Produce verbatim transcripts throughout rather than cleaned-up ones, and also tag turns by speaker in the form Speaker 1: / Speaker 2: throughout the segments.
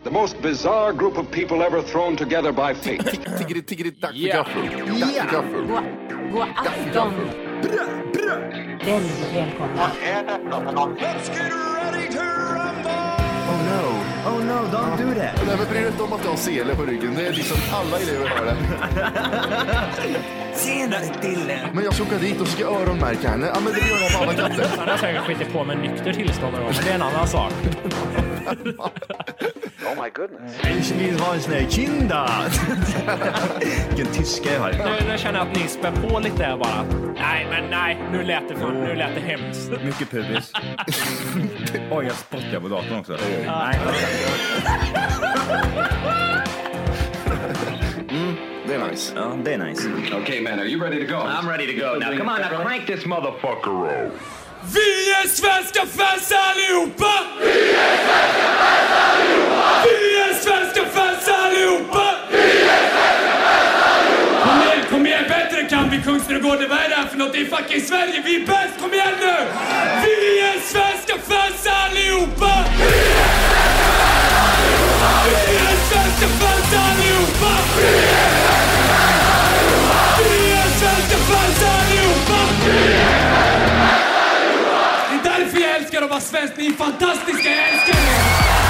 Speaker 1: The most bizarre group of people ever thrown together by fate.
Speaker 2: Tiggeri, tiggeri, dack för
Speaker 3: Yeah.
Speaker 2: gaffel. Dack för gaffel.
Speaker 4: God, god afton. Väldigt välkomna.
Speaker 1: Let's get ready to rumble!
Speaker 2: Oh no.
Speaker 5: Oh no, don't do that.
Speaker 2: Nej, men bryr dig inte om att du har sele på ryggen. Det är liksom alla elever har det.
Speaker 5: Senare till en.
Speaker 2: Men jag ska åka dit och ska öronmärka henne. Ja, men det gör jag på alla katter.
Speaker 3: Han har säkert skitit på med nykter tillstånd någon gång, men det är en annan sak.
Speaker 1: Oh my goodness.
Speaker 5: Ich vill ha en sån här kinda. Vilken tyska jag har.
Speaker 3: Nu, nu känner jag att ni spär på lite här bara. Nej, men nej, nu lät det, för, nu lät det hemskt.
Speaker 5: Mycket pubis. Oj, jag spottar på datorn också. Nej.
Speaker 2: Det är nice.
Speaker 5: Ja, det är nice.
Speaker 1: Okay, man, are you ready to go?
Speaker 5: I'm ready to go now. Come on, now crank this motherfucker up.
Speaker 3: Vi är svenska fans allihopa! Vi är svenska fans allihopa! Vi är svenska fans allihopa! Vi är svenska fans allihopa! Kom igen, kom igen, bättre kan vi Kungsträdgården. Vad är det här för något? Det är fucking Sverige, vi är bäst, kom igen nu! Vi är svenska fans allihopa! Vi är svenska fans allihopa! Vi är svenska fans allihopa! Vi är svenska fans allihopa! Vi är Det är därför jag älskar att vara svensk. Ni är fantastiska, jag älskar er.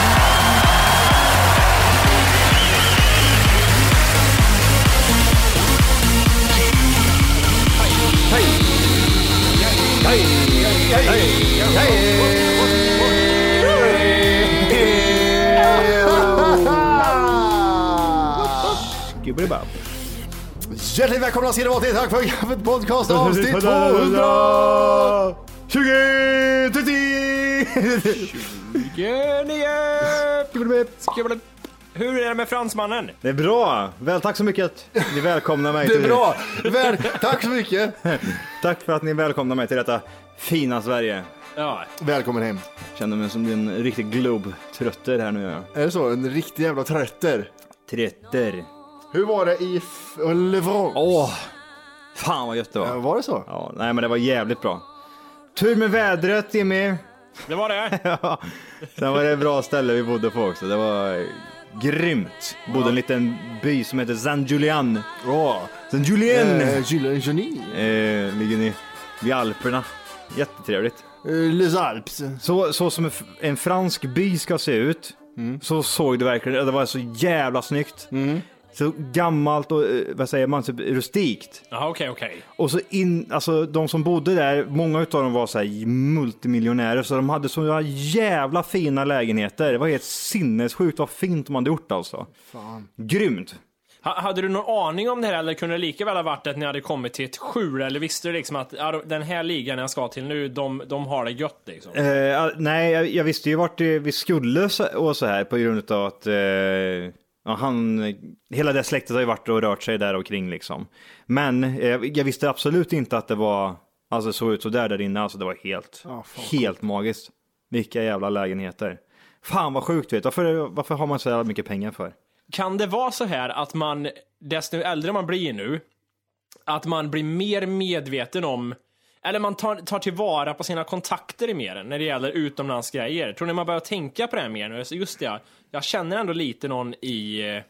Speaker 2: Hej! Hej! Hej! Hej!
Speaker 5: Gibbelibab.
Speaker 2: Hjärtligt välkomna ska det vara till Tack för kaffet podcast avsnitt tvåhundra tjugo
Speaker 3: Hur är det med fransmannen?
Speaker 5: Det är bra. Väl, tack så mycket att ni välkomnar mig
Speaker 2: Det är
Speaker 5: till...
Speaker 2: bra. Väl, tack så mycket.
Speaker 5: Tack för att ni välkomnar mig till detta fina Sverige.
Speaker 3: Ja.
Speaker 2: Välkommen hem.
Speaker 5: Känner mig som en riktig globetrotter här nu. Ja.
Speaker 2: Är det så? En riktig jävla trötter.
Speaker 5: Tretter.
Speaker 2: Hur var det i F- Levron?
Speaker 5: Åh, fan vad gött det var.
Speaker 2: Ja, var det så?
Speaker 5: Ja, nej men det var jävligt bra. Tur med vädret, Jimmy.
Speaker 3: Det var det.
Speaker 5: Ja. Sen var det ett bra ställe vi bodde på också. Det var grymt. Bodde en liten by som heter Saint Julien.
Speaker 2: Åh.
Speaker 5: Saint Julien.
Speaker 2: Eh, Gilles Genie.
Speaker 5: Eh, ligger ni vid Alperna. Jättetrevligt.
Speaker 2: Eh, Les Alpes.
Speaker 5: Så, så som en, en fransk by ska se ut.
Speaker 2: Mm.
Speaker 5: Så såg det verkligen. Det var så jävla snyggt.
Speaker 2: Mm.
Speaker 5: Så gammalt och eh, vad säger man, typ rustikt.
Speaker 3: Ja, okej, okej.
Speaker 5: Och så in, alltså de som bodde där, många utav dem var så här multimiljonärer, så de hade så jävla fina lägenheter. Det var helt sinnessjukt vad fint de hade gjort alltså.
Speaker 2: Fan.
Speaker 5: Grymt.
Speaker 3: Ha, hade du någon aning om det här, eller kunde det lika väl ha varit att ni hade kommit till ett skjul, eller visste du liksom att ja, den här ligan jag ska till nu, de, de har det gött liksom?
Speaker 5: Eh, nej, jag, jag visste ju vart vi skulle och så här på grund av att eh, ja, han, hela det släktet har ju varit och rört sig där och kring liksom. Men eh, jag visste absolut inte att det var, alltså så ut så där där inne, alltså det var helt,
Speaker 2: Ja, fan,
Speaker 5: helt magiskt. Vilka jävla lägenheter. Fan vad sjukt, vet. Varför, varför har man så jävla mycket pengar för?
Speaker 3: Kan det vara så här att man, desto äldre man blir nu, att man blir mer medveten om, eller man tar, tar tillvara på sina kontakter i mer när det gäller utomlandsgrejer? Tror ni man börjar tänka på det här mer nu? Just det, jag känner ändå lite någon i eh,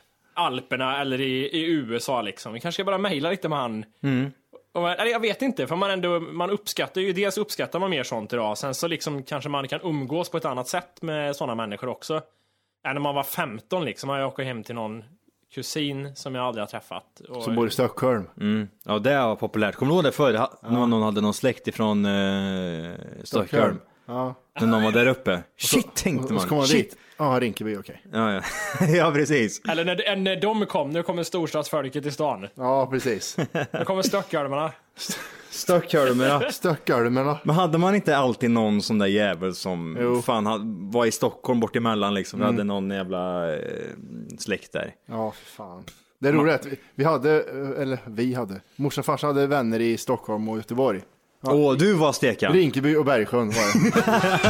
Speaker 3: Alperna eller i, i U S A liksom. Vi kanske ska bara mejla lite med han.
Speaker 5: Mm.
Speaker 3: Och, eller jag vet inte, för man ändå, man uppskattar ju, dels uppskattar man mer sånt idag, sen så liksom kanske man kan umgås på ett annat sätt med sådana människor också. Än när man var femton liksom, jag åker hem till någon kusin som jag aldrig har träffat. Och...
Speaker 2: Som bor i Stockholm.
Speaker 5: Mm. Ja, det var populärt. Kommer du ihåg det förr? Ja. Någon, någon hade någon släkt ifrån eh, Stockholm.
Speaker 2: Ja.
Speaker 5: När någon var där uppe. Shit, tänkte man.
Speaker 2: Och så kom man
Speaker 5: Shit.
Speaker 2: dit. Ja, Rinkeby, okej. Okay.
Speaker 5: Ja, ja. Ja, precis.
Speaker 3: Eller när, när de kom, nu kommer storstadsfolket till stan.
Speaker 2: Ja, precis.
Speaker 3: Nu kommer stockholmarna.
Speaker 5: Stockholmarna.
Speaker 2: Stockholmarna.
Speaker 5: Men hade man inte alltid någon sån där jävel som
Speaker 2: Jo.
Speaker 5: fan hade, var i Stockholm bort emellan liksom? Mm. Hade någon jävla eh, släkt där.
Speaker 2: Ja, för fan. Det är roligt att vi, vi hade, eller vi hade, morsan och farsan hade vänner i Stockholm och Göteborg.
Speaker 5: Åh, ja. Oh, du var steka.
Speaker 2: Rinkeby och Bergsjön var det.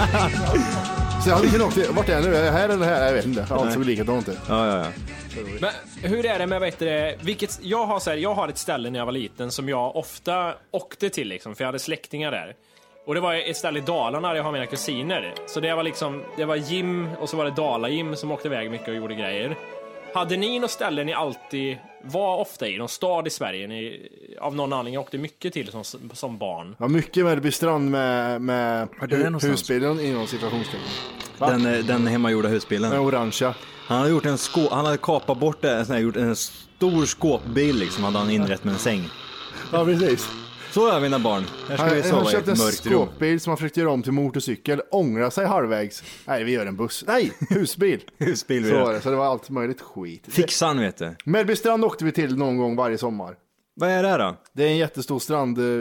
Speaker 2: Så jag hade kunnat åka till, vart är jag nu? Är jag här eller här? Jag vet inte. Allt såg likadant ut.
Speaker 5: Ja, ja, ja.
Speaker 3: Men hur är det med, vet du, vilket, jag har så här, jag har ett ställe när jag var liten som jag ofta åkte till liksom, för jag hade släktingar där. Och det var ett ställe i Dalarna där jag har mina kusiner. Så det var liksom, det var Jim och så var det Dala-Jim som åkte iväg mycket och gjorde grejer. Hade ni något ställe ni alltid var ofta i? Någon stad i Sverige ni av någon anledning åkte mycket till som, som barn?
Speaker 2: Ja, mycket Mellbystrand med, med husbilen inom situationstecken.
Speaker 5: Den, den hemmagjorda husbilen.
Speaker 2: Den orangea.
Speaker 5: Han hade gjort en skå, han hade kapat bort det, en, sån här, gjort en stor skåpbil liksom, hade han inrett med en säng.
Speaker 2: Ja, precis.
Speaker 5: Så är mina barn. Här ska
Speaker 2: han,
Speaker 5: vi sova
Speaker 2: han
Speaker 5: i
Speaker 2: köpte
Speaker 5: ett
Speaker 2: en
Speaker 5: mörkt rum.
Speaker 2: skåpbil som han försökte göra om till motorcykel, ångra sig halvvägs. Nej, vi gör en buss. Nej, husbil.
Speaker 5: Husbil vi
Speaker 2: så
Speaker 5: gör.
Speaker 2: var det, så det var allt möjligt skit.
Speaker 5: Fixan vet du.
Speaker 2: Mellbystrand åkte vi till någon gång varje sommar.
Speaker 5: Vad är det här då?
Speaker 2: Det är en jättestor strand eh,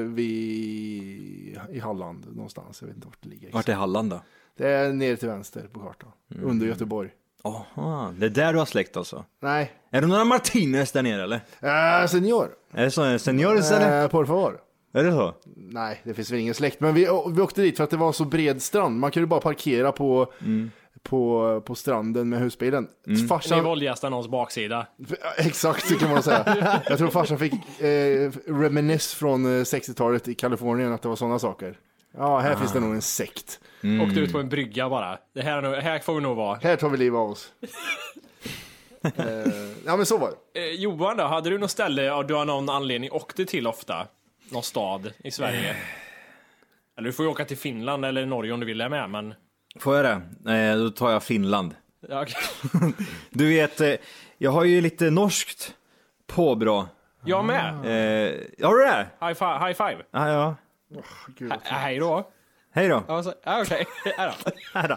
Speaker 2: vid, i Halland någonstans. Jag vet inte vart det ligger.
Speaker 5: Vart är Halland då?
Speaker 2: Det är ner till vänster på kartan. Mm. Under Göteborg.
Speaker 5: Aha, det är där du har släkt alltså?
Speaker 2: Nej.
Speaker 5: Är det några Martinez där nere eller?
Speaker 2: Äh, senior.
Speaker 5: Är det så en seniores eller?
Speaker 2: Äh, por favor.
Speaker 5: Är det så?
Speaker 2: Nej, det finns väl ingen släkt. Men vi, vi åkte dit för att det var så bred strand. Man kunde bara parkera på, mm. på, på stranden med husbilen.
Speaker 3: Mm.
Speaker 2: Farsan...
Speaker 3: Ni våldgästade någons baksida.
Speaker 2: Exakt, det kan man säga. Jag tror farsan fick eh, reminisce från sextiotalet i Kalifornien att det var sådana saker. Ja, här ah. finns det nog en sekt.
Speaker 3: Mm. Åkte ut på en brygga bara. Det här, är nog, här får vi nog vara.
Speaker 2: Här tar vi liv av oss. eh, ja, men så var det.
Speaker 3: Eh, Johan då, hade du något ställe och du har någon anledning åkte till ofta? Någon stad i Sverige? Eller du får ju åka till Finland eller Norge om du vill är med, men...
Speaker 5: Får jag det? Eh, då tar jag Finland.
Speaker 3: Ja, okay.
Speaker 5: Du vet, eh, jag har ju lite norskt påbrå.
Speaker 3: Jag med.
Speaker 5: Eh, har du det?
Speaker 3: High five. High five.
Speaker 5: Ah, ja.
Speaker 2: Oh, Gud,
Speaker 3: He- hej då.
Speaker 5: Hej då.
Speaker 3: Alltså, ah, okej.
Speaker 5: Hej då.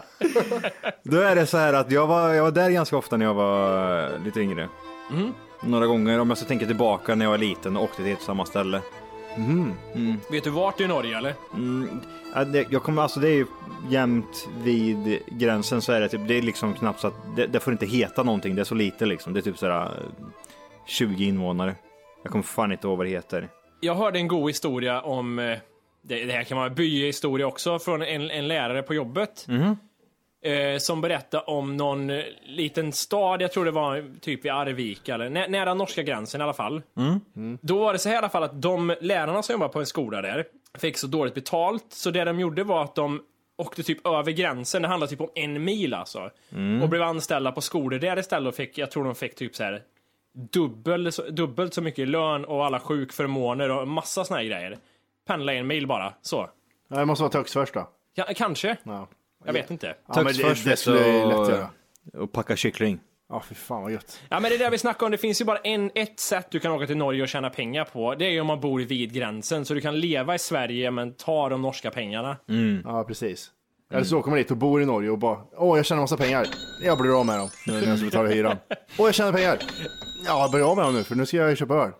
Speaker 5: Då är det så här att jag var, jag var där ganska ofta när jag var lite yngre. Mm. Några gånger, om jag så tänker tillbaka när jag var liten och åkte till samma ställe.
Speaker 2: Mm.
Speaker 3: Mm. Vet du vart du är i Norge eller?
Speaker 5: Mm. Ja, det, jag kommer, alltså det är ju jämnt vid gränsen så är det typ, det är liksom knappt så att det, det får inte heta någonting, det är så lite liksom. Det är typ sådär tjugo invånare. Jag kommer fan inte ihåg vad det heter.
Speaker 3: Jag hörde en god historia om, det, det här kan vara en byhistoria också, från en, en lärare på jobbet.
Speaker 5: Mm.
Speaker 3: Eh, som berättade om någon liten stad, jag tror det var typ i Arvika eller nä- nära norska gränsen i alla fall.
Speaker 5: Mm.
Speaker 3: Mm. Då var det så här i alla fall att de lärarna som jobbar på en skola där fick så dåligt betalt, så det de gjorde var att de åkte typ över gränsen, det handlade typ om en mil alltså. Mm. Och blev anställda på skolor där istället och fick, jag tror de fick typ så här dubbelt, dubbelt så mycket lön och alla sjukförmåner och massa såna här grejer. Pendla en mil bara, så.
Speaker 2: Ja, det måste vara Töx först då.
Speaker 3: Ja, kanske.
Speaker 2: Ja.
Speaker 3: Jag vet inte.
Speaker 2: Ja, men det, det skulle jag lätt göra.
Speaker 5: Och packa kyckling.
Speaker 2: Ja, för fan vad gött.
Speaker 3: Ja, men det är det vi snackar om. Det finns ju bara en, ett sätt du kan åka till Norge och tjäna pengar på. Det är ju om man bor vid gränsen. Så du kan leva i Sverige men ta de norska pengarna.
Speaker 2: Mm. Ja, precis. Mm. Eller så åker man dit och bor i Norge och bara, åh, jag tjänar massa pengar. Jag blir av med dem nu när jag ska betala hyran. Åh, jag tjänar pengar. Ja, jag blir av med dem nu för nu ska jag köpa öl.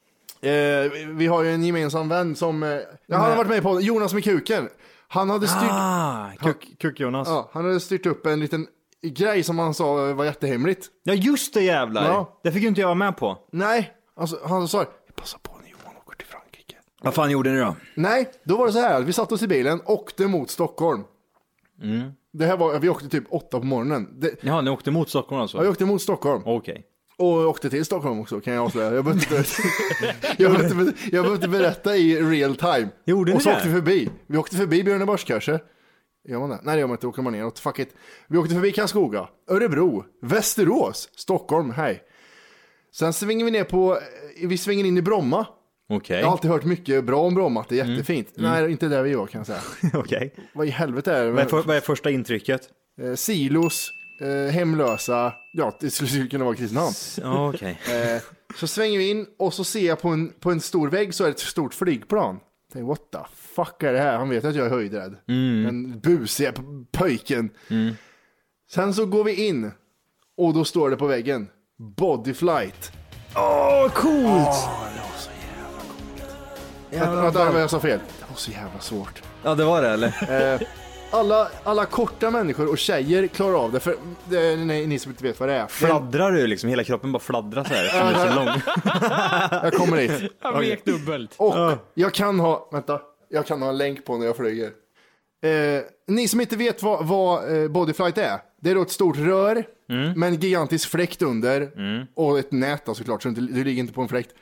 Speaker 2: Eh, vi har ju en gemensam vän som, eh, ja, han har varit med på Jonas med kuken. Han hade styrt,
Speaker 5: ah, kuk, kuk Jonas.
Speaker 2: Ja, han hade styrt upp en liten grej som han sa var jättehemligt.
Speaker 5: Ja, just det jävlar. Ja. Det fick ju inte jag vara med på.
Speaker 2: Nej, alltså, han sa, passa på när Johan åker till Frankrike.
Speaker 5: Vad fan gjorde ni då?
Speaker 2: Nej, då var det så här, vi satt oss i bilen, åkte mot Stockholm. Mm. Det här var, vi åkte typ åtta på morgonen. Det,
Speaker 5: ja, ni åkte mot Stockholm alltså?
Speaker 2: Ja, vi åkte mot Stockholm.
Speaker 5: Okej. Okay.
Speaker 2: Och åkte till Stockholm också, kan jag avslöja. Jag behövde inte, jag behövde, jag behövde berätta i real time.
Speaker 5: Gjorde ni
Speaker 2: och så
Speaker 5: det?
Speaker 2: åkte vi förbi. Vi åkte förbi Björneborgs kanske. Gör man det? Nej, det gör man inte. Åker man neråt. Fuck it. Vi åkte förbi Karlskoga, Örebro, Västerås, Stockholm. Hej. Sen svänger vi ner på, vi svänger in i Bromma.
Speaker 5: Okej. Okay.
Speaker 2: Jag har alltid hört mycket bra om Bromma, det är jättefint. Mm. Nej, inte där vi var kan jag säga.
Speaker 5: Okej. Okay.
Speaker 2: Vad i helvete är det?
Speaker 5: Vad är, för, vad är första intrycket?
Speaker 2: Eh, silos, eh, hemlösa, ja, det skulle kunna vara Kristinehamn.
Speaker 5: Okej.
Speaker 2: Okay. Eh, så svänger vi in och så ser jag på en, på en stor vägg så är det ett stort flygplan. Tänk, what the fuck är det här? Han vet att jag är höjdrädd. Mm. Den busiga pöjken. Mm. Sen så går vi in och då står det på väggen Body flight.
Speaker 5: Åh, oh, coolt!
Speaker 2: Oh, det var så jävla coolt. Jävla att, att, att jag sa fel. Det var så jävla svårt.
Speaker 5: Ja, det var det, eller?
Speaker 2: Eh, alla, alla korta människor och tjejer klarar av det. För det, nej, ni som inte vet vad det är.
Speaker 5: Fladdrar du liksom? Hela kroppen bara fladdrar så här. Eftersom det är så lång.
Speaker 2: Jag kommer dit.
Speaker 3: Han vek dubbelt.
Speaker 2: Och jag kan ha, vänta. Jag kan ha en länk på när jag flyger. Eh, ni som inte vet vad, vad eh, bodyflight är. Det är då ett stort rör mm. med en gigantisk fläkt under. Mm. Och ett nät då, såklart, så du, du ligger inte på en fläkt.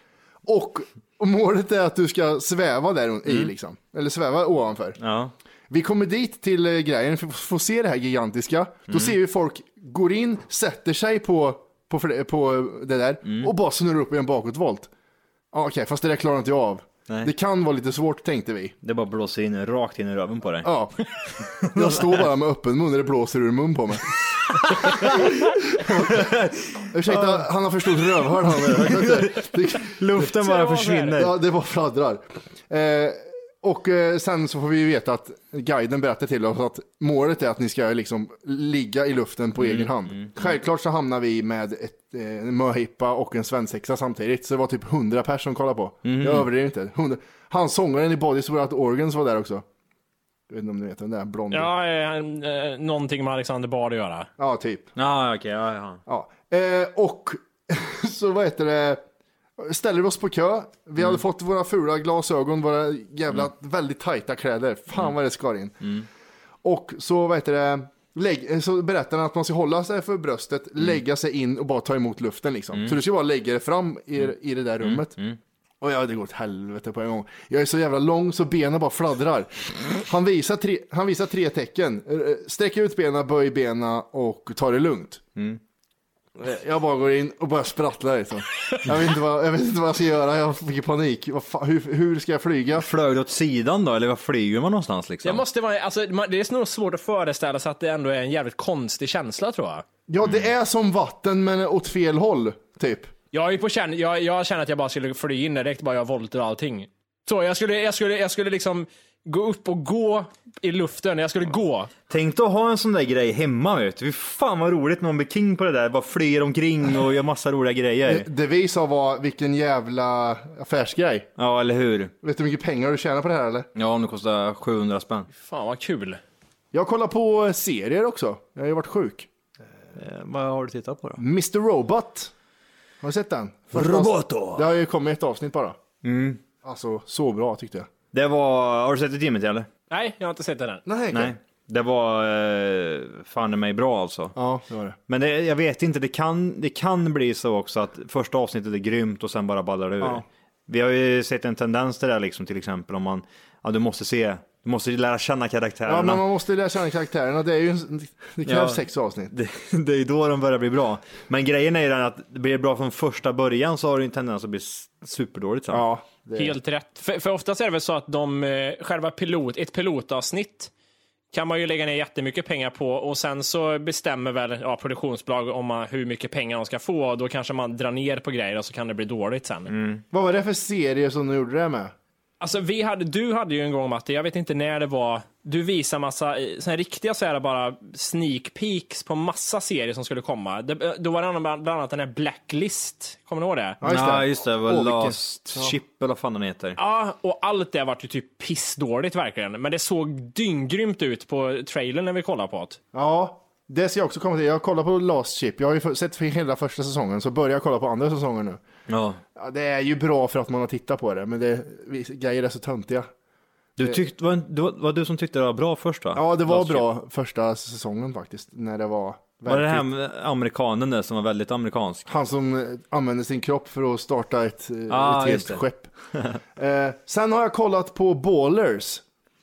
Speaker 2: Och, och målet är att du ska sväva där i liksom. Eller sväva ovanför.
Speaker 5: Ja.
Speaker 2: Vi kommer dit till eh, grejen, för att få se det här gigantiska. Då ser vi folk går in, sätter sig på, på, på det där och bara snurrar upp i en bakåtvolt. Ja, okej, okay, fast det där klarar inte jag av.
Speaker 5: Nej.
Speaker 2: Det kan vara lite svårt, tänkte vi.
Speaker 5: Det bara blåser in rakt in i röven på dig.
Speaker 2: Ja. Jag står bara med öppen mun när det blåser ur mun på mig. Ursäkta, han har för stort rövhål.
Speaker 5: Luften bara försvinner.
Speaker 2: Ja, det bara fladdrar. Eh, och eh, sen så får vi ju veta att guiden berättar till oss att målet är att ni ska liksom ligga i luften på mm, egen hand. Mm, Självklart så hamnar vi med ett, eh, en möhippa och en svensexa samtidigt. Så det var typ hundra personer som kollade på. Mm. Jag överdriver inte. hundra. Han sångaren i Bodies Without Organs var där också. Jag vet inte om ni vet den där blond.
Speaker 3: Ja, eh, någonting med Alexander Bard att göra.
Speaker 2: Ja, typ.
Speaker 5: Ah, okay, ja, okej.
Speaker 2: Ja. Eh, och så vad heter det? Ställer vi oss på kö. Vi mm. hade fått våra fula glasögon, våra jävla mm. väldigt tajta kläder. Fan mm. vad det skar in. Mm. Och så vad heter det? Lägg, så berättar han att man ska hålla sig för bröstet, mm. lägga sig in och bara ta emot luften liksom. Mm. Så du ska bara lägga det fram i, i det där rummet. Mm. Mm. Och jag hade gått helvete på en gång. Jag är så jävla lång så benen bara fladdrar. Han visar tre, han visar tre tecken. Sträck ut benen, böj benen och ta det lugnt. Mm. Jag bara går in och bara sprattlar liksom. Jag vet inte vad jag vet inte vad jag ska göra. Jag fick panik. Vad fan, hur, hur ska jag flyga?
Speaker 5: Flög du åt sidan då eller vad flyger man någonstans liksom?
Speaker 3: Det måste vara alltså det är nog svårt att föreställa sig att det ändå är en jävligt konstig känsla tror jag.
Speaker 2: Ja, det är som vatten men åt fel håll typ.
Speaker 3: Jag är på känn jag jag känner att jag bara skulle flyga in direkt bara jag volter och allting. Så jag skulle jag skulle jag skulle liksom gå upp och gå i luften. Jag skulle gå.
Speaker 5: Tänk att ha en sån där grej hemma, vet du. Fan vad roligt någon blir king på det där. Bara flyger omkring och gör massa roliga grejer.
Speaker 2: Det, det vi sa var vilken jävla affärsgrej.
Speaker 5: Ja, eller hur?
Speaker 2: Vet du hur mycket pengar du tjänar på det här, eller?
Speaker 5: Ja, det kostar sjuhundra spänn.
Speaker 3: Fan vad kul.
Speaker 2: Jag kollar på serier också. Jag har ju varit sjuk.
Speaker 5: Eh, vad har du tittat på då?
Speaker 2: mister Robot. Har du sett den?
Speaker 5: Roboto.
Speaker 2: Det har ju kommit ett avsnitt bara.
Speaker 5: Mm.
Speaker 2: Alltså, så bra tyckte jag.
Speaker 5: Det var, har du sett det Jimmy eller?
Speaker 3: Nej, jag har inte sett det än.
Speaker 2: Nej,
Speaker 5: Nej. Det var eh, fan i mig bra alltså.
Speaker 2: Ja, det var det.
Speaker 5: Men det, jag vet inte, det kan, det kan bli så också att första avsnittet är grymt och sen bara ballar det ur. Ja. Vi har ju sett en tendens till det liksom, till exempel om man, ja du måste se, du måste lära känna karaktärerna.
Speaker 2: Ja, men man måste lära känna karaktärerna, det är ju, det krävs ja, sex avsnitt.
Speaker 5: Det, det är ju då de börjar bli bra. Men grejen är ju den att det blir bra från första början så har det en tendens att bli superdåligt sen.
Speaker 2: Ja.
Speaker 3: Det... Helt rätt. För, för oftast är det väl så att de själva pilot, ett pilotavsnitt kan man ju lägga ner jättemycket pengar på och sen så bestämmer väl ja, produktionsbolag om man, hur mycket pengar de ska få och då kanske man drar ner på grejer och så kan det bli dåligt sen. Mm.
Speaker 2: Vad var det för serier som du gjorde det med?
Speaker 3: Alltså vi hade, du hade ju en gång Matti, jag vet inte när det var, du visade massa såna här riktiga så här bara sneak peeks på massa serier som skulle komma. Det, då var det bland annat den här Blacklist, kommer du ihåg det?
Speaker 5: Ja just det, ja, just det var oh, Last vilken... Ship eller vad fan den heter.
Speaker 3: Ja, och allt det var ju typ pissdåligt verkligen, men det såg dynggrymt ut på trailern när vi kollade på det.
Speaker 2: Ja, det ska jag också komma till. Jag kollar på Last Ship, jag har ju sett för hela första säsongen så börjar jag kolla på andra säsongen nu.
Speaker 5: Ja.
Speaker 2: Ja, det är ju bra för att man har tittat på det, men det, grejer är så töntiga.
Speaker 5: Du tyckte, var, det var, var du som tyckte det var bra först va?
Speaker 2: Ja, det var bra första säsongen faktiskt, när det var
Speaker 5: verkligt. Var det här med amerikanen där som var väldigt amerikansk?
Speaker 2: Han som använde sin kropp för att starta ett, ah, ett helt skepp. eh, sen har jag kollat på Ballers.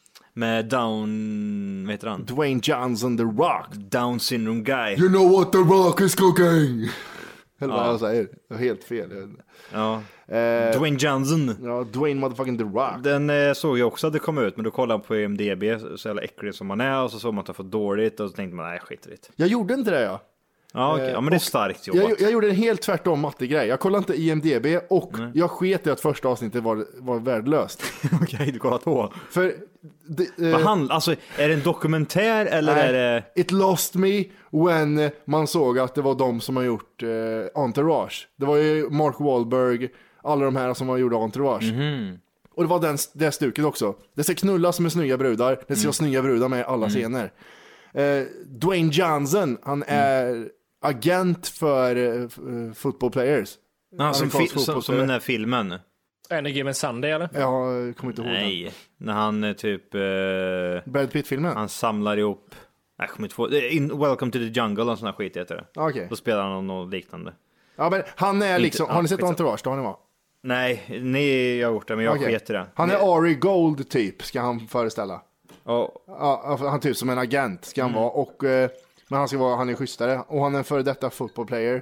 Speaker 5: Med Down, vad heter han?
Speaker 2: Dwayne Johnson, The Rock.
Speaker 5: Down syndrome guy.
Speaker 2: You know what The Rock is cooking. Eller vad ja. jag säger. Helt fel.
Speaker 5: Ja. Eh, Dwayne Johnson.
Speaker 2: Ja, Dwayne motherfucking The Rock.
Speaker 5: Den eh, såg jag också att det kom ut, men då kollade jag på I M D B så jävla äcklig som man är och så såg man att det var dåligt och så tänkte man nej, skit i det.
Speaker 2: Jag gjorde inte det ja.
Speaker 5: Ja, okay. Ja men det är starkt jobbat.
Speaker 2: Jag, jag gjorde en helt tvärtom matte-grej. Jag kollade inte I M D B och nej. Jag sket i att första avsnittet var, var värdelöst.
Speaker 5: Okej, okay, du kollar på.
Speaker 2: För det,
Speaker 5: eh, hand, alltså, är det en dokumentär eller
Speaker 2: nej,
Speaker 5: är det...
Speaker 2: It lost me when man såg att det var de som har gjort eh, Entourage. Det var ju Mark Wahlberg, alla de här som har gjort Entourage. Mm-hmm. Och det var den, det stuket också. Det ska knullas med snygga brudar. Det ska mm. snygga brudar med alla mm. scener. Eh, Dwayne Johnson, han är mm. agent för uh, football players.
Speaker 5: Ah, som, fi- som, som den där filmen.
Speaker 3: Any Given Sunday eller?
Speaker 2: Jag kommer inte ihåg.
Speaker 5: Nej, den. När han typ... Uh,
Speaker 2: Brad Pitt-filmen?
Speaker 5: Han samlar ihop... Jag kommer inte ihåg. In Welcome to the Jungle och sån här skit heter det.
Speaker 2: Okay.
Speaker 5: Då spelar han något liknande.
Speaker 2: Ja, men han är liksom... Inte, har ni sett Entourage? Då har ni var.
Speaker 5: Nej, ni har gjort det, men jag
Speaker 2: Okej.
Speaker 5: sket i det.
Speaker 2: Han är Ari Gold typ, ska han föreställa.
Speaker 5: Ja,
Speaker 2: Ja, han typ som en agent ska han vara. Och, eh, men han ska vara, han är schysstare. Och han är en före detta football player.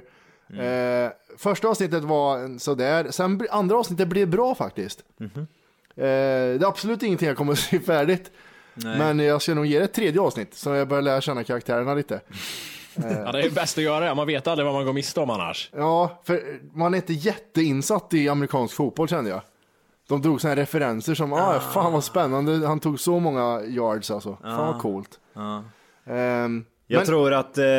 Speaker 2: Eh, första avsnittet var en sådär. Sen br- andra avsnittet blev bra faktiskt. Eh, det är absolut ingenting jag kommer att se färdigt.
Speaker 5: Nej.
Speaker 2: Men jag ska nog ge det ett tredje avsnitt. Så jag börjar lära känna karaktärerna lite.
Speaker 3: Ja, det är bäst att göra det. Man vet aldrig vad man går miste om annars.
Speaker 2: Ja, för man är inte jätteinsatt i amerikansk fotboll kände jag. De drog såna här referenser som, ah, fan vad spännande, han tog så många yards alltså. Fan vad coolt.
Speaker 5: ja.
Speaker 2: Ehm,
Speaker 5: Jag
Speaker 2: men,
Speaker 5: tror att eh,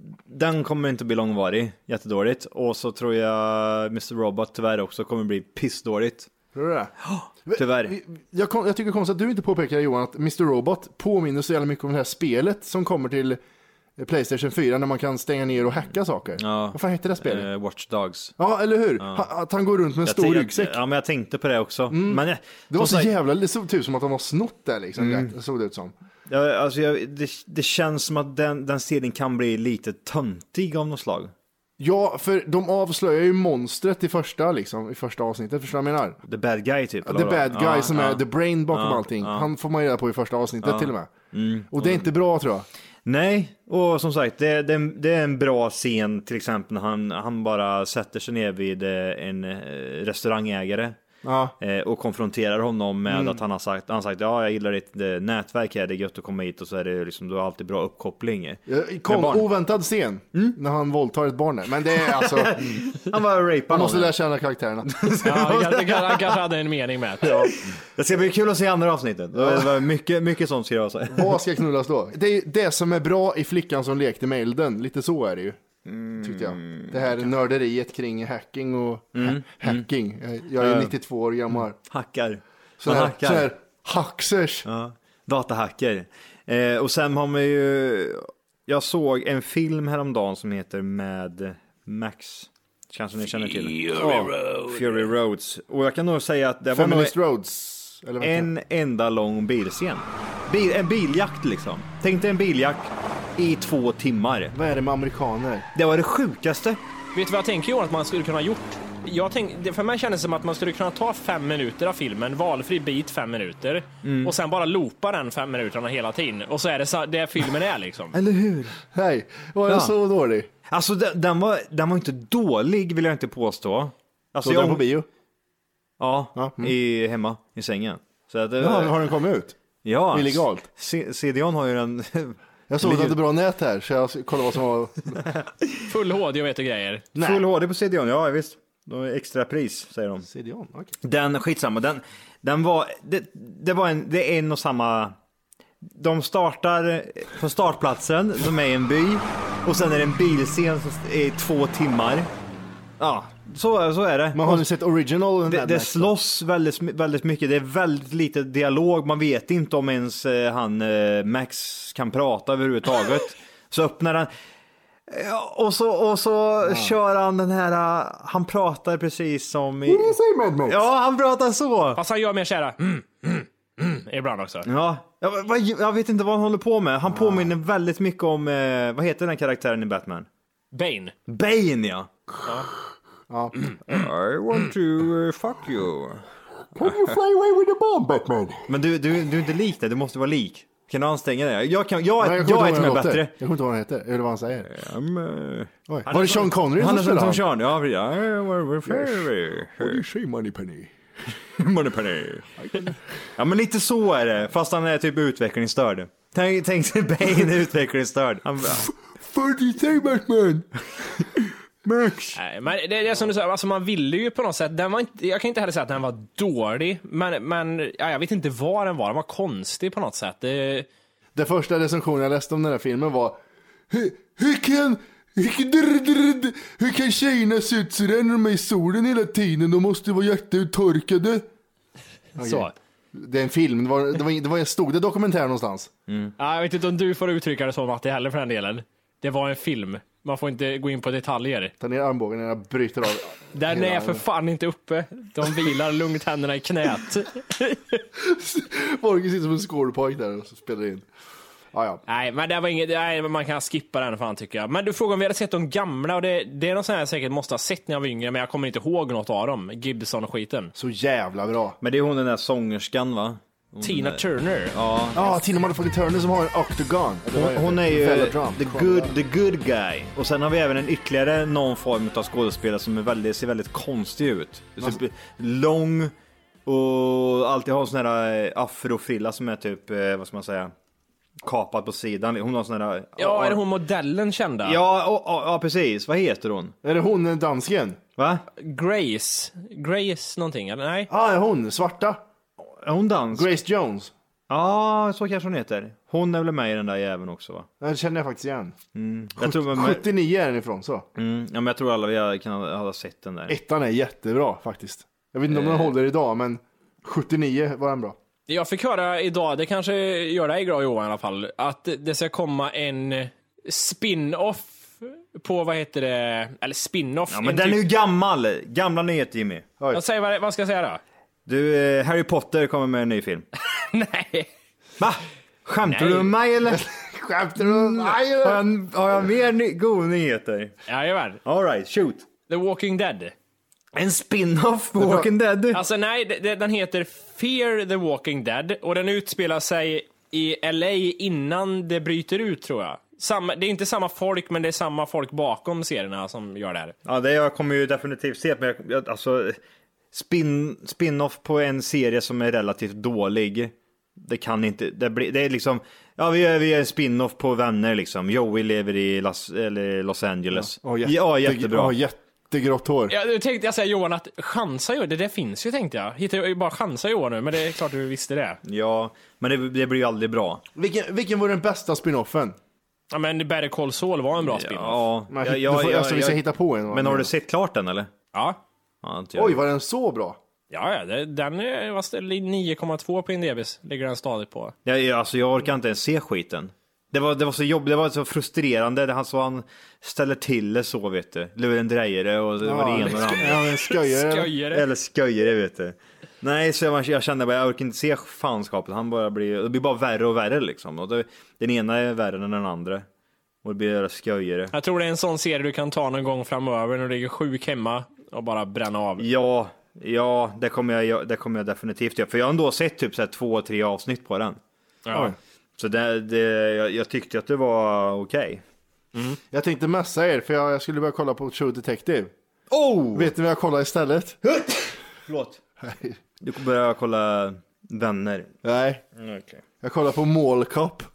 Speaker 5: den kommer inte bli långvarig, jättedåligt. Och så tror jag mister Robot tyvärr också kommer bli pissdåligt.
Speaker 2: tror du det?
Speaker 5: Tyvärr.
Speaker 2: Vi- Jag, kom, jag tycker det är konstigt att du inte påpekar, Johan, att mister Robot påminner så jävla mycket om det här spelet som kommer till PlayStation fyra när man kan stänga ner och hacka saker.
Speaker 5: Ja.
Speaker 2: Vad fan heter det spelet?
Speaker 5: Eh, Watch Dogs.
Speaker 2: Ja, eller hur? Ha, att han går runt med en
Speaker 5: Jag
Speaker 2: stor
Speaker 5: tänkte-
Speaker 2: ryggsäck.
Speaker 5: Ja, men jag tänkte på det också. Men jag,
Speaker 2: Det var
Speaker 5: som
Speaker 2: så
Speaker 5: sagt,
Speaker 2: jävla, det såg ut som att de var snott där liksom.
Speaker 5: Mm.
Speaker 2: Det såg det ut som.
Speaker 5: jag, alltså, jag, det, det känns som att den, den serien kan bli lite töntig av något slag.
Speaker 2: Ja, för de avslöjar ju monstret i första, liksom, i första avsnittet, förstår du vad jag menar?
Speaker 5: The bad guy typ.
Speaker 2: The
Speaker 5: eller vadå?
Speaker 2: bad guy
Speaker 5: Ja,
Speaker 2: som
Speaker 5: ja.
Speaker 2: är the brain bakom
Speaker 5: Ja,
Speaker 2: allting.
Speaker 5: ja.
Speaker 2: Han får man reda på i första avsnittet till och med. Och det är inte bra tror jag.
Speaker 5: Nej, och som sagt, det, det, det är en bra scen till exempel när han, han bara sätter sig ner vid eh, en eh, restaurangägare.
Speaker 2: Ja.
Speaker 5: Eh, och konfronterar honom med att han har sagt, han har sagt ja jag gillar ditt eh, nätverk här, det är gött att komma hit och så är det liksom, du har alltid bra uppkoppling.
Speaker 2: Ja,
Speaker 5: Med
Speaker 2: Kom,
Speaker 5: barn.
Speaker 2: oväntad scen när han våldtar ett barn där. Men det är alltså,
Speaker 5: Han var rapad.
Speaker 2: man måste lära känna karaktärerna.
Speaker 3: Ja, det kan- det kan- han kanske hade en mening med det.
Speaker 5: Det ska bli kul att se andra avsnittet. Det var mycket, mycket sånt ska jag säga.
Speaker 2: Vad ska knullas då? Det är ju det som är bra i Flickan som lekte med elden. Lite så är det ju. Tyckte jag. Det här nörderiet kring hacking och ha- hacking. Jag- Jag är nittiotvå år gammal.
Speaker 5: Hackar.
Speaker 2: Så
Speaker 5: Man
Speaker 2: här,
Speaker 5: hackar.
Speaker 2: så här hacksers.
Speaker 5: Ja, datahacker. Eh, och sen har man ju, jag såg en film häromdagen som heter Mad Max. Kanske ni känner till. Fury Road. Fury Roads. Och jag kan nog säga att det var nog
Speaker 2: Feminist Roads. Eller vad heter
Speaker 5: en enda lång bilscen. Bil, en biljakt liksom. Tänk dig en biljakt i två timmar.
Speaker 2: det? Vad är det med amerikaner?
Speaker 5: Det var det sjukaste.
Speaker 3: Vet du vad jag tänker, Johan, att man skulle kunna ha gjort? Jag tänk, det- för mig kändes det som att man skulle kunna ta fem minuter av filmen, valfri bit fem minuter, och sen bara loopa den fem minuterna hela tiden. Och så är det så, det filmen är liksom.
Speaker 5: Eller hur?
Speaker 2: Hej, var den
Speaker 5: Ja.
Speaker 2: så dålig?
Speaker 5: Alltså den, den, var, den var inte dålig vill jag inte påstå. Alltså,
Speaker 2: Så
Speaker 5: jag,
Speaker 2: den på bio?
Speaker 5: Ja,
Speaker 2: Ja, mm.
Speaker 5: i, hemma i sängen. Så att, det-
Speaker 2: Ja, har den kommit ut?
Speaker 5: ja,
Speaker 2: illegalt.
Speaker 5: C- C D O N har ju den.
Speaker 2: Jag såg att det hade bra nät här, så jag kollade vad som var...
Speaker 3: Full H D och vet du grejer.
Speaker 5: Full H D på C D O N, ja visst. De är extra pris säger de.
Speaker 2: C D O N, okej.
Speaker 5: Den, skitsamma, den, den var, det, det var en, det är en och samma. De startar på startplatsen, de är i en by. Och sen är det en bilscen som är två timmar. Ja, så, så är det.
Speaker 2: Men har ni sett original?
Speaker 5: Det, det slåss väldigt, väldigt mycket. Det är väldigt lite dialog. Man vet inte om ens eh, han eh, Max kan prata överhuvudtaget. Så öppnar han. Ja, och så, och så kör han den här. uh, Han pratar precis som i...
Speaker 2: Säg Mad Max.
Speaker 5: Ja, han pratar så.
Speaker 3: Fast han gör mer kära mm, mm, mm, ibland också.
Speaker 5: Ja, jag, vad- jag vet inte vad han håller på med. Han påminner väldigt mycket om, eh, vad heter den karaktären i Batman?
Speaker 3: Bane.
Speaker 5: Bane, ja.
Speaker 2: Ja.
Speaker 5: I want to uh, fuck you.
Speaker 2: Can you fly away with the bomb, Batman?
Speaker 5: Men du, du, du är inte lik det, du måste vara lik. Kan du anstränga dig? Jag, kan, jag,
Speaker 2: Nej,
Speaker 5: jag,
Speaker 2: kommer
Speaker 5: jag är
Speaker 2: inte
Speaker 5: till
Speaker 2: ihåg
Speaker 5: och
Speaker 2: vad
Speaker 5: med
Speaker 2: han
Speaker 5: bättre.
Speaker 2: heter. Jag kommer inte ihåg vad han heter, eller vad han säger.
Speaker 5: Um, uh,
Speaker 2: Oj. Var det Sean Connery
Speaker 5: han
Speaker 2: som
Speaker 5: är
Speaker 2: spelade
Speaker 5: som
Speaker 2: han?
Speaker 5: Sean, ja. ja we're, we're very,
Speaker 2: What do you say, Moneypenny?
Speaker 5: money penny. Ja, men lite så är det, fast han är typ utvecklingsstörd. Tänk, tänk dig Bane är utvecklingsstörd. Han bara,
Speaker 2: What do you say, Batman?
Speaker 5: Max.
Speaker 3: Nej, men det, det är som du säger, alltså man ville ju på något sätt, den var inte, jag kan inte heller säga att den var dålig, men, men ja, jag vet inte vad den var, den var konstig på något sätt. Det,
Speaker 2: Den första recensionen jag läste om den här filmen var Hur, hur kan hur kan, drr, drr, drr, hur kan tjejerna se ut så där när de är i solen hela tiden? De måste vara jätteuttorkade.
Speaker 3: så.
Speaker 2: Det är en film, det var, det var, det var, stod det dokumentär någonstans?
Speaker 3: Ja, jag vet inte om du får uttrycka det så, Matti, heller för den delen. Det var en film. Man får inte gå in på detaljer.
Speaker 2: Ta ner armbågen när jag bryter av.
Speaker 3: Den
Speaker 2: hela
Speaker 3: är för fan inte uppe. De vilar lugnt händerna i knät.
Speaker 2: Folk sitter som en skålpojk där och spelar in. Ja, ja.
Speaker 3: Nej, men det var inget, nej, man kan skippa den fan tycker jag. Men du frågar om vi hade sett de gamla och det, det är något sånt jag säkert måste ha sett när jag var yngre, men jag kommer inte ihåg något av dem. Gibson och skiten.
Speaker 2: Så jävla bra.
Speaker 5: Men det är hon den där sångerskan va? Hon
Speaker 3: Tina
Speaker 5: är...
Speaker 3: Turner.
Speaker 5: Ja.
Speaker 2: Ja, Tina Motherfucking Turner som har en octagon.
Speaker 5: Hon, hon är ju
Speaker 2: Velodrum.
Speaker 5: the good, the good guy. Och sen har vi även en ytterligare någon form av skådespelare som är väldigt, ser väldigt konstig ut. Typ lång och alltid har en sån här afrofrilla som är typ, vad ska man säga, kapad på sidan. Hon har sån här...
Speaker 3: Ja, är det hon modellen kända?
Speaker 5: Ja, och, och, ja, precis. Vad heter hon?
Speaker 2: Är det hon, den dansken?
Speaker 5: Va?
Speaker 3: Grace. Grace någonting, eller nej?
Speaker 2: Ja, ah, är hon svarta?
Speaker 5: Är hon dans?
Speaker 2: Grace Jones.
Speaker 5: Ja, så kanske hon heter. Hon är väl med i den där jäveln också va?
Speaker 2: Den känner jag faktiskt igen.
Speaker 5: Mm. Jag tror med...
Speaker 2: sjuttionio är den ifrån, så.
Speaker 5: Mm. Ja, men jag tror alla vi kan ha sett den där.
Speaker 2: Ettan är jättebra faktiskt. Jag vet inte om den håller idag, men sjuttionio var den bra.
Speaker 3: Jag fick höra idag, det kanske gör dig glad Johan i alla fall, att det ska komma en spin-off på, vad heter det, eller spin-off.
Speaker 5: Ja, men den är ju gammal. Gamla nyheter, Jimmy.
Speaker 3: Jag säger, vad, vad ska jag säga då?
Speaker 5: Du, eh, Harry Potter kommer med en ny film.
Speaker 3: Nej.
Speaker 5: Va? Skämtar
Speaker 3: Nej.
Speaker 5: du med mig eller?
Speaker 2: Skämtar du med mig?
Speaker 5: Har jag, har jag mer ny- goda nyheter?
Speaker 3: Jajamän.
Speaker 5: All right, shoot.
Speaker 3: The Walking Dead.
Speaker 5: En spin-off på Walking Dead?
Speaker 3: Alltså nej, det- det- den heter Fear the Walking Dead och den utspelar sig i L A innan det bryter ut tror jag. Samma, det är inte samma folk, men det är samma folk bakom serierna som gör det här.
Speaker 5: Ja, det jag kommer ju definitivt se. Men jag, jag, alltså, spin, spin-off på en serie som är relativt dålig. Det kan inte, det, blir, det är liksom, ja vi är, vi är en spin-off på Vänner liksom. Joey lever i Las, eller Los Angeles.
Speaker 2: Ja, jätte,
Speaker 5: ja jättebra.
Speaker 2: Ja, jättegrått hår.
Speaker 3: Ja, nu tänkte jag säga Johan att chansa ju, det där finns ju tänkte jag. Hittar jag bara chansa Johan nu, men det är klart du visste det.
Speaker 5: Ja, men det, det blir ju aldrig bra.
Speaker 2: Vilken, vilken var den bästa spin-offen?
Speaker 3: Ja, men Better Call Saul var en bra spin-off.
Speaker 5: Ja,
Speaker 2: Men,
Speaker 5: ja,
Speaker 2: du
Speaker 5: ja,
Speaker 2: får,
Speaker 5: ja,
Speaker 2: alltså, vi
Speaker 5: ja.
Speaker 2: ska hitta på en.
Speaker 5: Men har du sett klart den eller?
Speaker 3: Ja.
Speaker 5: Ja, inte jag.
Speaker 2: Oj, var den så bra?
Speaker 3: Ja, ja, det, den är vad- nio komma två på Indebis, ligger den stadigt på.
Speaker 5: Ja, ja, alltså jag orkar inte ens se skiten. Det var, det var så jobbigt, det var så frustrerande. Det han så han ställer till det så, vet du. Lurendrejare och det var det ena och det andra.
Speaker 2: Ja, en sköjare.
Speaker 3: Sköjare.
Speaker 5: Eller sköjare, vet du. Nej, så jag, jag kände bara, jag orkar inte se fanskapet. Han bara blir, det blir bara värre och värre liksom. Och det, den ena är värre än den andra. Och det blir sköjare.
Speaker 3: Jag tror det är en sån serie du kan ta någon gång framöver när du ligger sjuk hemma och bara bränna av.
Speaker 5: Ja, ja, det kommer jag, det kommer jag definitivt göra. För jag har ändå sett typ så här två, tre avsnitt på den.
Speaker 3: Ja.
Speaker 5: Så det, det, jag, jag tyckte att det var okej.
Speaker 2: Mm. Jag tänkte messa er, för jag, jag skulle börja kolla på True Detective.
Speaker 5: Oh!
Speaker 2: Vet ni vad jag kollar istället?
Speaker 5: Förlåt. Du kommer börja kolla Vänner.
Speaker 2: Nej,
Speaker 5: Okay.
Speaker 2: jag kollar på Mall Cop.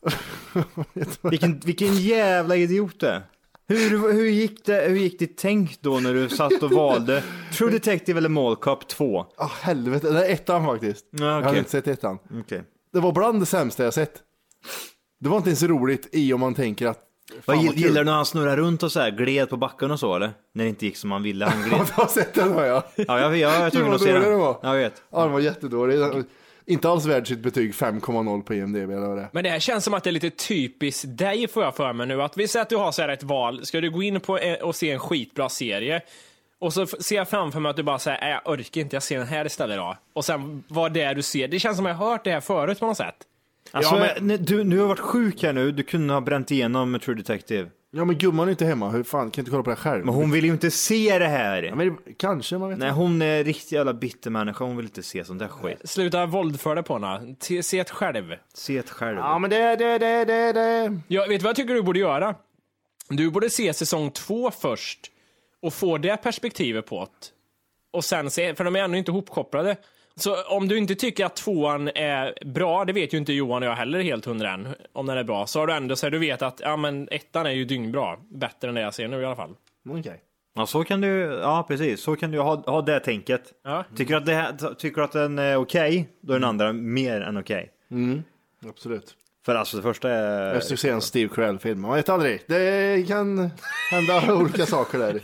Speaker 5: Vilken, vilken jävla idiot det är. Hur, hur, gick det, hur gick det tänk då när du satt och valde True Detective eller Mall Cop två?
Speaker 2: Ah, helvete, det är ettan faktiskt.
Speaker 5: Ja,
Speaker 2: Jag
Speaker 5: okej.
Speaker 2: har inte sett ettan.
Speaker 5: Okay.
Speaker 2: Det var bland det sämsta jag sett. Det var inte ens roligt i om man tänker att fan,
Speaker 5: Vad
Speaker 2: vad
Speaker 5: gill-
Speaker 2: kul.
Speaker 5: gillar du när han snurrar runt och så här, gled på backen och så eller? När det inte gick som han ville, han
Speaker 2: Ja,
Speaker 5: gled.
Speaker 2: du har sett den, har jag.
Speaker 5: Ja, jag, jag, jag tror
Speaker 2: Gud,
Speaker 5: att
Speaker 2: vad
Speaker 5: se
Speaker 2: dålig
Speaker 5: den.
Speaker 2: det var.
Speaker 5: Jag vet.
Speaker 2: Ja, den var jättedålig. Inte alls värd sitt betyg fem komma noll på I M D B eller vad det är.
Speaker 3: Men det här känns som att det är lite typiskt dig, får jag för mig nu. Att vi säger att du har så här ett val. Ska du gå in på e- och se en skitbra serie? Och så f- ser jag framför mig att du bara säger, nej jag orkar inte, jag ser den här istället då. Och sen vad det är du ser. Det känns som jag har hört det här förut på något sätt.
Speaker 5: Alltså,
Speaker 2: Ja, men-
Speaker 5: men... du, du har varit sjuk här nu, du kunde ha bränt igenom True Detective.
Speaker 2: Ja, men gumman är inte hemma. Hur fan, kan inte kolla på det själv?
Speaker 5: Men hon vill ju inte se det här.
Speaker 2: Ja, men det, kanske, man vet
Speaker 5: Nej,
Speaker 2: inte.
Speaker 5: hon är riktigt jävla bitter människa, hon vill inte se sånt där skit.
Speaker 3: Sluta våldföra dig på henne. T- Se ett själv.
Speaker 5: Se det själv.
Speaker 2: Ja, men det, det, det, det, det.
Speaker 3: Jag vet vad jag tycker du borde göra? Du borde se säsong två först och få det perspektivet på det. Och sen se, för de är ännu inte ihopkopplade. Så om du inte tycker att tvåan är bra, det vet ju inte Johan och jag heller helt hundra än, om den är bra, så har du ändå så du vet att ja, men ettan är ju dyngbra. Bättre än det jag ser nu i alla fall.
Speaker 2: Okej.
Speaker 5: Ja, så kan du, ja precis, så kan du ha, ha det tänket.
Speaker 3: Ja.
Speaker 5: Tycker du att, det här, tycker du att den är okej, då är den andra mer än okej.
Speaker 2: Absolut.
Speaker 5: För alltså det första är...
Speaker 2: Jag ska se en Steve Carell-film. Man vet aldrig. Det kan hända olika saker där.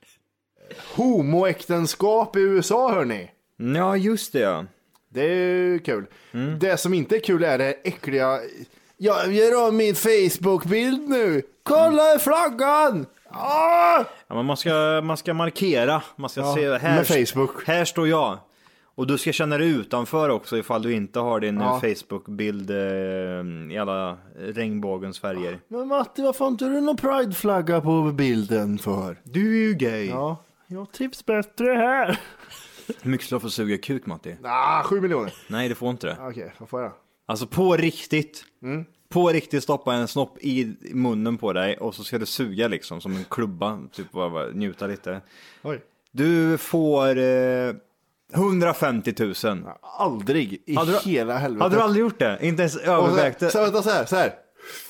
Speaker 2: Homoäktenskap i U S A, hörni.
Speaker 5: Ja, just det ja.
Speaker 2: Det är ju kul. Det som inte är kul är det äckliga. Jag gör om min Facebook-bild nu. Kolla flaggan! Ah!
Speaker 5: Ja, men man ska, man ska markera, man ska
Speaker 2: Ja,
Speaker 5: se, här,
Speaker 2: med Facebook.
Speaker 5: här står jag. Och du ska känna dig utanför också ifall du inte har din
Speaker 2: Ja.
Speaker 5: Facebook-bild eh, i alla regnbågens färger.
Speaker 2: Men Matti, varför har inte du någon Pride-flagga på bilden för?
Speaker 5: Du är ju gay.
Speaker 2: Ja, jag trivs bättre här.
Speaker 5: Hur mycket ska du få suga kuk, Matti?
Speaker 2: Ah, sju miljoner.
Speaker 5: Nej, det får inte det.
Speaker 2: Okej, vad får jag?
Speaker 5: Alltså på riktigt.
Speaker 2: Mm.
Speaker 5: På riktigt stoppa en snopp i munnen på dig och så ska du suga liksom som en klubba. Typ bara, bara njuta lite.
Speaker 2: Oj.
Speaker 5: Du får eh, hundrafemtio tusen.
Speaker 2: Aldrig i
Speaker 5: Hade du-
Speaker 2: hela helvetet.
Speaker 5: Hade du aldrig gjort det? Inte ens
Speaker 2: Och så,
Speaker 5: övervägt det?
Speaker 2: så, vänta, så här, så här.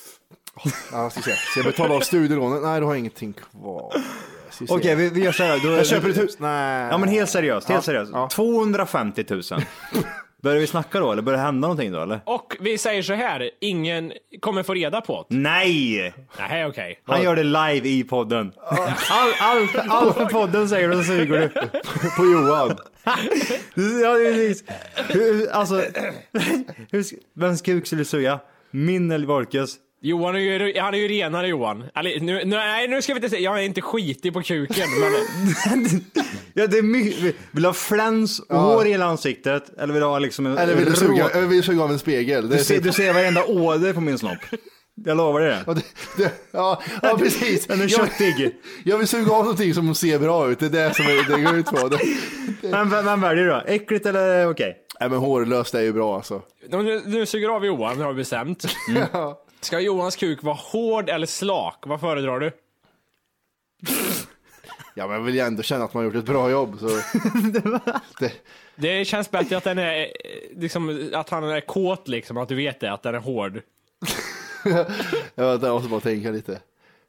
Speaker 2: Ja, ska, se. ska jag betala av studielånet? Nej, du har ingenting kvar. Ska se.
Speaker 5: Okej, vi, vi gör så här. Då,
Speaker 2: Jag köper ett hus. Nej.
Speaker 5: Ja, men helt seriöst, helt
Speaker 2: Ja,
Speaker 5: seriöst.
Speaker 2: ja.
Speaker 5: tvåhundrafemtio tusen. Börjar vi snacka då, eller börjar det hända någonting då, eller?
Speaker 3: Och vi säger så här, ingen kommer få reda på det.
Speaker 5: Nej!
Speaker 3: Nej, okej.
Speaker 5: Han gör det live i podden. All, all, all för podden säger du, så suger du.
Speaker 2: På Johan.
Speaker 5: Ja, det är precis. Hur, alltså, hur, vems kuk skulle du suga? Min eller Volkes?
Speaker 3: Johan är ju, han är ju renare, Johan. Eller, nu, nu, nej, nu ska vi inte säga, jag är inte skitig på kuken, men...
Speaker 5: Ja, det är mycket. Vill du ha fläns och hår i hela ansiktet? Eller vill du ha liksom en
Speaker 2: Eller vill du
Speaker 5: rå-
Speaker 2: suga, jag vill suga av en spegel. Det
Speaker 5: Du
Speaker 2: är
Speaker 5: ser, du ser varenda åder på min snopp. Jag lovar dig det.
Speaker 2: Ja, det, det, ja, ja, precis.
Speaker 5: Den är
Speaker 2: Jag,
Speaker 5: köttig.
Speaker 2: jag vill suga av någonting som ser bra ut. Det är det som är, det går ut på. Det,
Speaker 5: Men vem, vem väljer du då? Äckligt eller okej?
Speaker 2: nej, men hårlöst är ju bra alltså.
Speaker 3: Nu, nu suger av Johan, har vi bestämt.
Speaker 2: Ja.
Speaker 3: Ska Johans kuk vara hård eller slak? Vad föredrar du?
Speaker 2: Ja, men jag vill ju ändå känna att man har gjort ett bra jobb. Så. Det,
Speaker 3: Det känns bättre att den är, eh, liksom, att han är kåt liksom, att du vet det, att den är hård.
Speaker 2: jag, vet, jag måste bara tänka lite.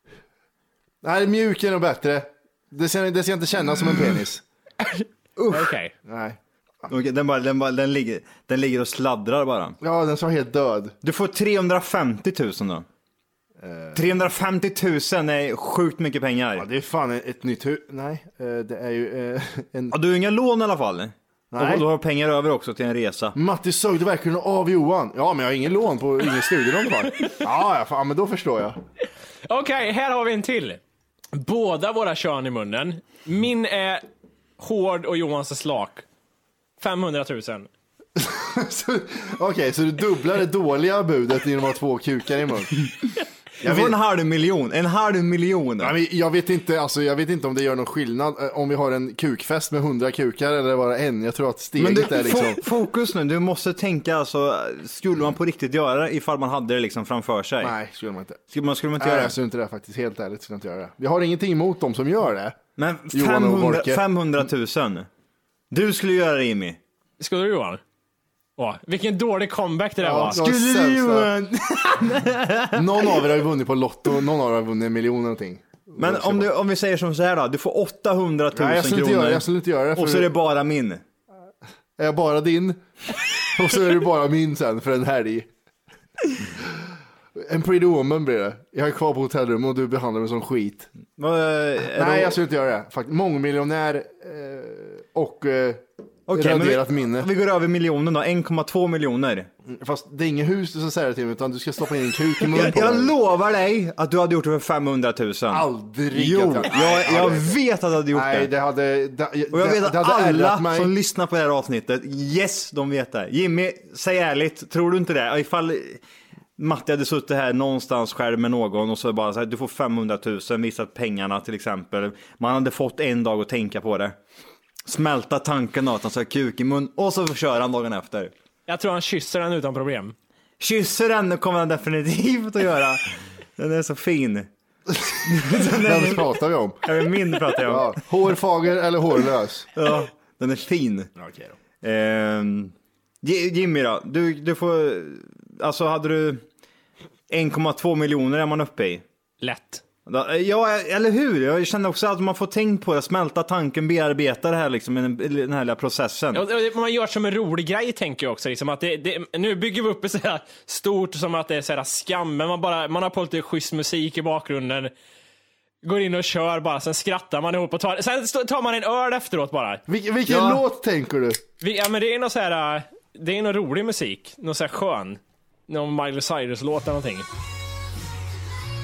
Speaker 2: Nej, mjuk är nog bättre. Det ska, det ska inte kännas som en penis.
Speaker 3: Okej.
Speaker 2: Nej.
Speaker 5: Okej, den, bara, den, bara, den, ligger, den ligger och sladdrar bara.
Speaker 2: Ja, den var helt död.
Speaker 5: Du får trehundrafemtio tusen då. trehundrafemtio tusen är sjukt mycket pengar.
Speaker 2: Ja, det är fan ett, ett nytt hus. Nej, eh, det är ju eh, en...
Speaker 5: Ja, du har inga lån i alla fall.
Speaker 2: Nej.
Speaker 5: Och du har pengar över också till en resa.
Speaker 2: Matti, sög du verkligen av Johan? Ja, men jag har ingen lån på ingen studielån kvar. Ja, ja, fan, men då förstår jag.
Speaker 3: Okej, här har vi en till. Båda våra kön i munnen. Min är hård och Johans är slak. femhundratusen.
Speaker 2: Så- Okej, så du dubblar det dåliga budet genom att ha två kukar i mun.
Speaker 5: Du får en halv miljon. En halv miljon.
Speaker 2: Ja, men jag vet inte, alltså, jag vet inte om det gör någon skillnad eh, om vi har en kukfest med hundra kukar eller bara en. Jag tror att steget
Speaker 5: Men du,
Speaker 2: är liksom...
Speaker 5: fo- fokus nu, du måste tänka alltså, skulle man på riktigt göra det ifall man hade det liksom framför sig?
Speaker 2: Nej, skulle man inte.
Speaker 5: Skulle man, skulle man inte
Speaker 2: Nej,
Speaker 5: göra
Speaker 2: jag
Speaker 5: det?
Speaker 2: skulle inte det faktiskt. Helt ärligt skulle jag inte göra det. Vi har ingenting emot dem som gör det.
Speaker 5: Men
Speaker 2: Johan och
Speaker 5: femhundra,
Speaker 2: Volker.
Speaker 5: femhundratusen. Du skulle göra det, Jimmy.
Speaker 3: Skulle du, Johan? Åh, vilken dålig comeback det där
Speaker 2: Ja,
Speaker 3: var.
Speaker 2: det var
Speaker 5: Skulle
Speaker 2: sämsta.
Speaker 5: du, Johan?
Speaker 2: Någon av er har ju vunnit på Lotto, någon av er har vunnit en miljon eller någonting.
Speaker 5: Men om, du, om vi säger som så här då, du får åttahundratusen
Speaker 2: Nej, jag skulle inte
Speaker 5: kronor.
Speaker 2: göra, jag skulle inte göra det. För
Speaker 5: Och så är det bara min.
Speaker 2: Är jag bara din? Och så är det bara min sen för en helg. En pretty woman blir det. Jag är kvar på hotellrummet och du behandlar mig som skit.
Speaker 5: Vad, är
Speaker 2: Nej,
Speaker 5: då-
Speaker 2: jag skulle inte göra det. Faktiskt. Mångmiljonär eh, och eh,
Speaker 5: Okej, men
Speaker 2: raderat
Speaker 5: vi,
Speaker 2: minne.
Speaker 5: vi går över miljonen då, en komma två miljoner.
Speaker 2: Fast det är inget hus du ska säga det till mig, utan du ska stoppa in en kuk i munnen
Speaker 5: Jag,
Speaker 2: på
Speaker 5: jag
Speaker 2: den.
Speaker 5: lovar dig att du hade gjort det för femhundratusen.
Speaker 2: Aldrig.
Speaker 5: Jo,
Speaker 2: att
Speaker 5: jag,
Speaker 2: Nej,
Speaker 5: jag
Speaker 2: aldrig.
Speaker 5: vet att du hade gjort
Speaker 2: Nej,
Speaker 5: det.
Speaker 2: det hade... Det,
Speaker 5: Och jag vet
Speaker 2: det,
Speaker 5: att
Speaker 2: det hade
Speaker 5: alla
Speaker 2: ärrat mig.
Speaker 5: som lyssnar på det här avsnittet, yes, de vet det. Jimmy, säg ärligt, tror du inte det? Ifall Matti hade suttit här någonstans själv med någon och så bara så här, du får femhundratusen, visat pengarna till exempel. Man hade fått en dag att tänka på det. Smälta tanken då att han ska ha kuk i mun och så kör han dagen efter.
Speaker 3: Jag tror han kysser den utan problem.
Speaker 5: Kysser den kommer han definitivt att göra. Den är så fin.
Speaker 2: Vem pratar vi om?
Speaker 5: Är min pratar jag om.
Speaker 2: Ja, hårfager eller hårlös?
Speaker 5: Ja, den är fin.
Speaker 2: Okej då.
Speaker 5: Ehm, J- Jimmy då, du, du får, alltså hade du en komma två miljoner är man uppe i.
Speaker 3: Lätt.
Speaker 5: Ja, eller hur? Jag känner också att man får tänkt på det, smälta tanken, bearbeta det här liksom, i den, i den här lilla processen.
Speaker 3: Ja, det- man gör som en rolig grej, tänker jag också. Liksom att det, det, nu bygger vi upp det så här stort som att det är så här skam. Men man, bara, man har på lite schysst musik i bakgrunden. Går in och kör bara, sen skrattar man ihop och tar, sen st- tar man en öl efteråt bara.
Speaker 2: Vil, vilken
Speaker 5: Ja.
Speaker 2: låt tänker du?
Speaker 3: Vi, ja, men det är någon så här, äh, det är någon rolig musik. Någon så här skön. Någon Miley Cyrus-låt eller någonting.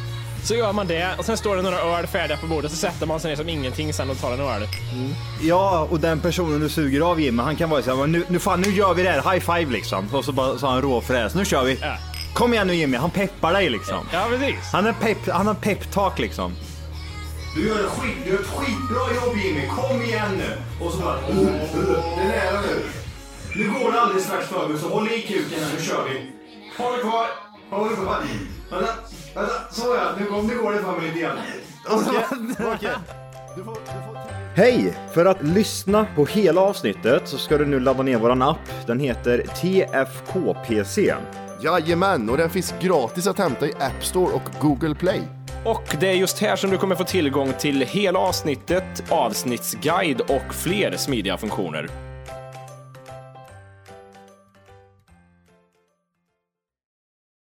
Speaker 3: Så gör man det och sen står det några öl färdiga på bordet, så sätter man sig ner som ingenting sen och tar en öl.
Speaker 5: Mm. Ja, och den personen du suger av, Jimmy, han kan vara så här, nu, nu fan, nu gör vi det här, high five liksom. Och så bara så han råfräs, nu kör vi. Ja. Kom igen nu Jimmy, han peppar dig liksom.
Speaker 3: Ja, precis.
Speaker 5: Han är pepp, han har peptalk liksom. Du gör, skit, du gör ett skitbra jobb Jimmy, kom igen nu. Och så bara, uh, uh, det är nära nu. Nu går det alldeles strax för mig, så håll i kuken här, nu kör vi. Håll kvar, håll kvar. Vänta, vänta, så ja, nu går, nu går det för mig lite igen. Okej, okej. Hej! För att lyssna på hela avsnittet så ska du nu ladda ner våran app. Den heter T F K P C.
Speaker 2: Jajamän, och den finns gratis att hämta i App Store och Google Play.
Speaker 3: Och det är just här som du kommer få tillgång till hela avsnittet, avsnittsguide och fler smidiga funktioner.